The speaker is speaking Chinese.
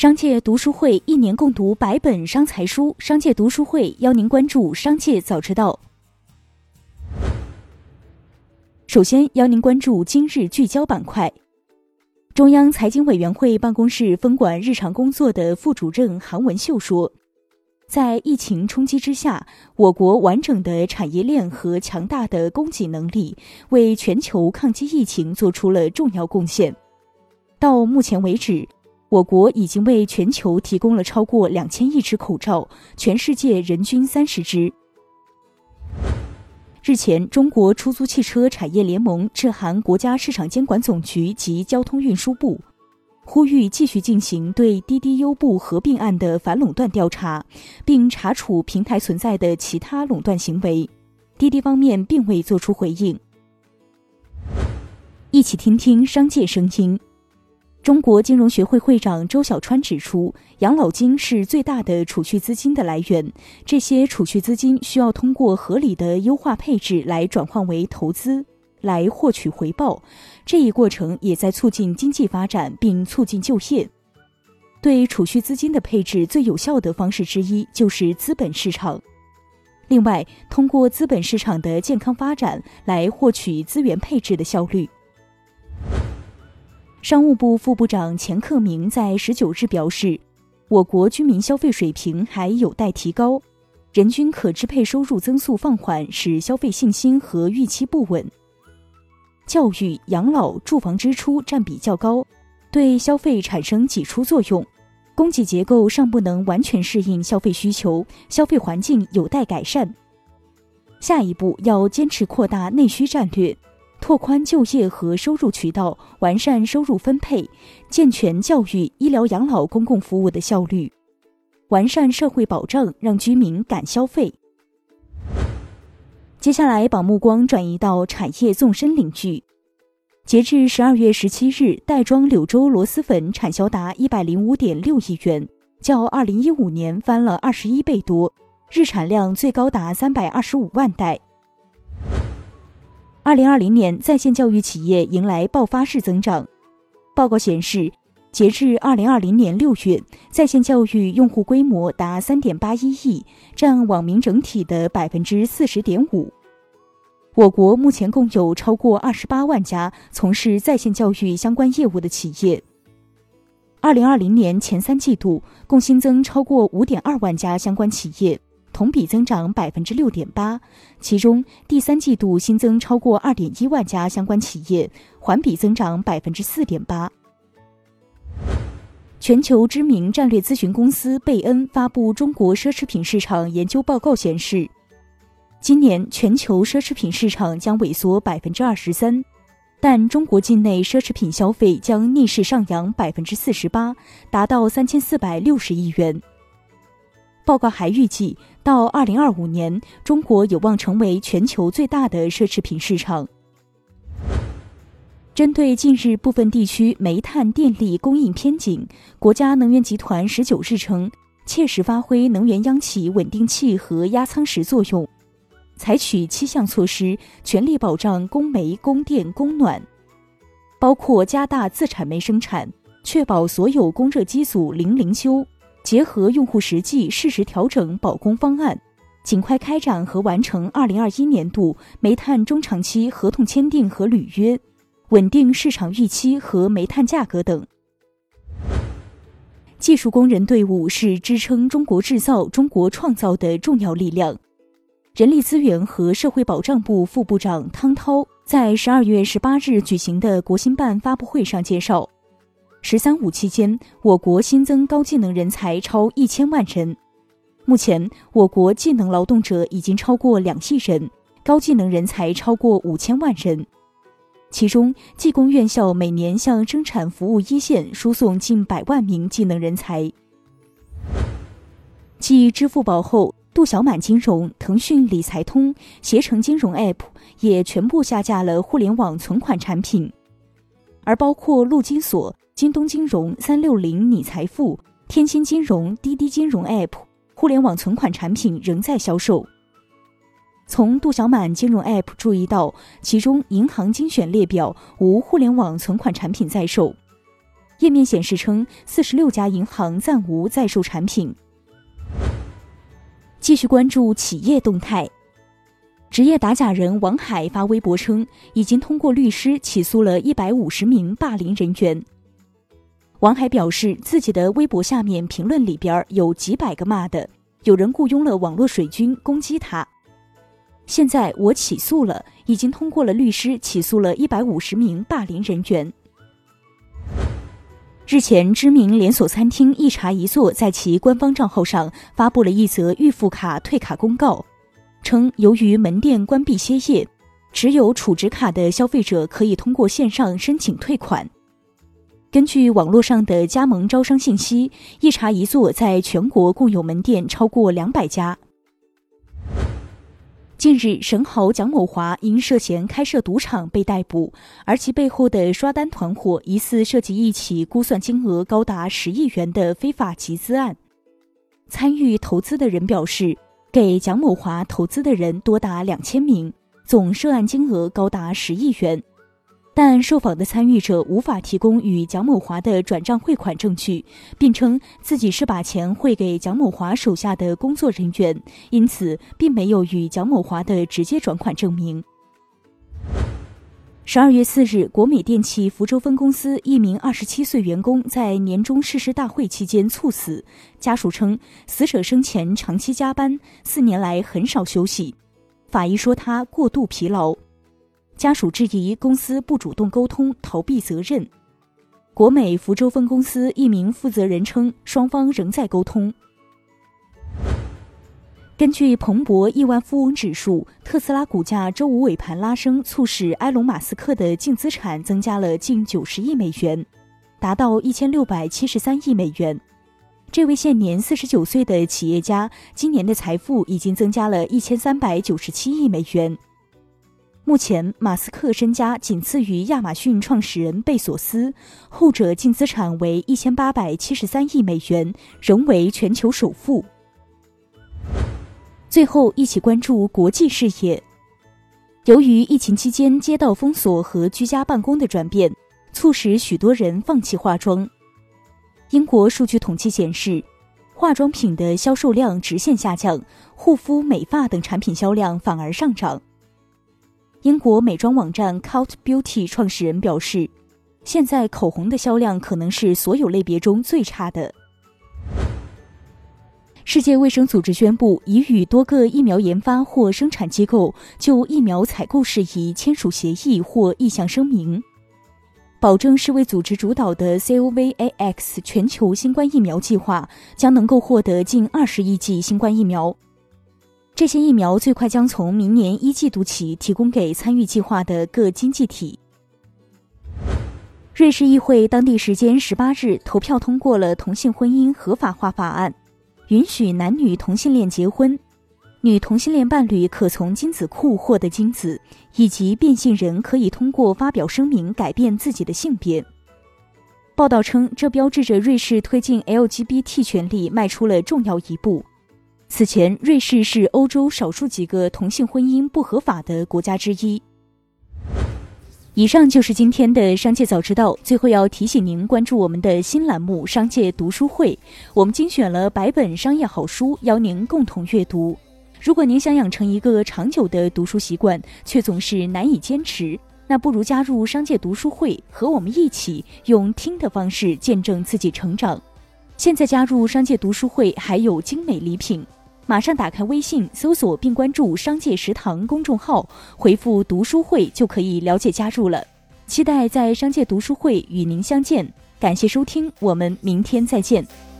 商界读书会一年共读100本商财书，商界读书会邀您关注商界早知道。首先邀您关注今日聚焦板块。中央财经委员会办公室分管日常工作的副主任韩文秀说，在疫情冲击之下，我国完整的产业链和强大的供给能力为全球抗击疫情做出了重要贡献。到目前为止，我国已经为全球提供了超过2000亿只口罩，全世界人均30只。日前，中国出租汽车产业联盟致函国家市场监管总局及交通运输部，呼吁继续进行对滴滴优步合并案的反垄断调查，并查处平台存在的其他垄断行为。滴滴方面并未作出回应。一起听听商界声音。中国金融学会会长周小川指出，养老金是最大的储蓄资金的来源，这些储蓄资金需要通过合理的优化配置来转换为投资，来获取回报，这一过程也在促进经济发展并促进就业。对储蓄资金的配置最有效的方式之一就是资本市场。另外，通过资本市场的健康发展来获取资源配置的效率。商务部副部长钱克明在19日表示，我国居民消费水平还有待提高，人均可支配收入增速放缓，使消费信心和预期不稳。教育、养老、住房支出占比较高，对消费产生挤出作用，供给结构尚不能完全适应消费需求，消费环境有待改善。下一步要坚持扩大内需战略，拓宽就业和收入渠道，完善收入分配，健全教育、医疗养老公共服务的效率，完善社会保障，让居民敢消费。接下来把目光转移到产业纵深领域。截至12月17日，袋装柳州螺蛳粉产销达105.6亿元，较2015年翻了21倍多，日产量最高达325万袋。2020年，在线教育企业迎来爆发式增长。报告显示，截至2020年6月，在线教育用户规模达3.81亿，占网民整体的40.5%。我国目前共有超过28万家从事在线教育相关业务的企业。2020年前3季度，共新增超过5.2万家相关企业，同比增长6.8%，其中第3季度新增超过2.1万家相关企业，环比增长4.8%。全球知名战略咨询公司贝恩发布中国奢侈品市场研究报告显示，今年全球奢侈品市场将萎缩23%，但中国境内奢侈品消费将逆势上扬48%，达到3460亿元。报告还预计，到2025年，中国有望成为全球最大的奢侈品市场。针对近日部分地区煤炭电力供应偏紧，国家能源集团19日称，切实发挥能源央企稳定器和压舱石作用，采取7项措施，全力保障供煤、供电、供暖，包括加大自产煤生产，确保所有供热机组零修，结合用户实际适时调整保供方案，尽快开展和完成2021年度煤炭中长期合同签订和履约，稳定市场预期和煤炭价格等。技术工人队伍是支撑中国制造、中国创造的重要力量。人力资源和社会保障部副部长汤涛在12月18日举行的国新办发布会上介绍，“13+5”期间，我国新增高技能人才超1000万人。目前，我国技能劳动者已经超过2亿人，高技能人才超过5000万人。其中，技工院校每年向生产服务一线输送近100万名技能人才。继支付宝后，度小满金融、腾讯理财通、携程金融 App 也全部下架了互联网存款产品，而包括陆金所、京东金融、360你财富、天心金融、滴滴金融 App 互联网存款产品仍在销售。从度小满金融 App 注意到，其中银行精选列表无互联网存款产品在售。 页面显示称46家银行暂无在售产品。继续关注企业动态。职业打假人王海发微博称，已经通过律师起诉了150名霸凌人员。王海表示，自己的微博下面评论里边有几百个骂的，有人雇佣了网络水军攻击他。现在我起诉了，已经通过了律师起诉了150名霸凌人员。日前，知名连锁餐厅一茶一座在其官方账号上发布了一则预付卡退卡公告，称由于门店关闭歇业，只有储值卡的消费者可以通过线上申请退款。根据网络上的加盟招商信息，一茶一座在全国共有门店超过200家。近日，神豪蒋某华因涉嫌开设赌场被逮捕，而其背后的刷单团伙疑似涉及一起估算金额高达10亿元的非法集资案。参与投资的人表示，给蒋某华投资的人多达2000名，总涉案金额高达10亿元。但受访的参与者无法提供与蒋某华的转账汇款证据，并称自己是把钱汇给蒋某华手下的工作人员，因此并没有与蒋某华的直接转款证明。12月4日，国美电器福州分公司一名27岁员工在年终誓师大会期间猝死，家属称死者生前长期加班，4年来很少休息，法医说他过度疲劳。家属质疑公司不主动沟通，逃避责任。国美福州分公司一名负责人称，双方仍在沟通。根据彭博亿万富翁指数，特斯拉股价周五尾盘拉升，促使埃隆·马斯克的净资产增加了近90亿美元，达到1673亿美元。这位现年49岁的企业家，今年的财富已经增加了1397亿美元。目前，马斯克身家仅次于亚马逊创始人贝索斯，后者净资产为1873亿美元，仍为全球首富。最后，一起关注国际视野。由于疫情期间街道封锁和居家办公的转变，促使许多人放弃化妆。英国数据统计显示，化妆品的销售量直线下降，护肤、美发等产品销量反而上涨。英国美妆网站 Cult Beauty 创始人表示，现在口红的销量可能是所有类别中最差的。世界卫生组织宣布，已与多个疫苗研发或生产机构就疫苗采购事宜签署协议或意向声明，保证世卫组织主导的 COVAX 全球新冠疫苗计划将能够获得近20亿剂新冠疫苗。这些疫苗最快将从明年1季度起提供给参与计划的各经济体。瑞士议会当地时间18日投票通过了同性婚姻合法化法案，允许男女同性恋结婚，女同性恋伴侣可从精子库获得精子，以及变性人可以通过发表声明改变自己的性别。报道称，这标志着瑞士推进 LGBT 权利迈出了重要一步。此前，瑞士是欧洲少数几个同性婚姻不合法的国家之一。以上就是今天的商界早知道，最后要提醒您关注我们的新栏目商界读书会，我们精选了100本商业好书，邀您共同阅读。如果您想养成一个长久的读书习惯，却总是难以坚持，那不如加入商界读书会，和我们一起用听的方式见证自己成长。现在加入商界读书会还有精美礼品，马上打开微信搜索并关注商界食堂公众号，回复读书会就可以了解加入了。期待在商界读书会与您相见，感谢收听，我们明天再见。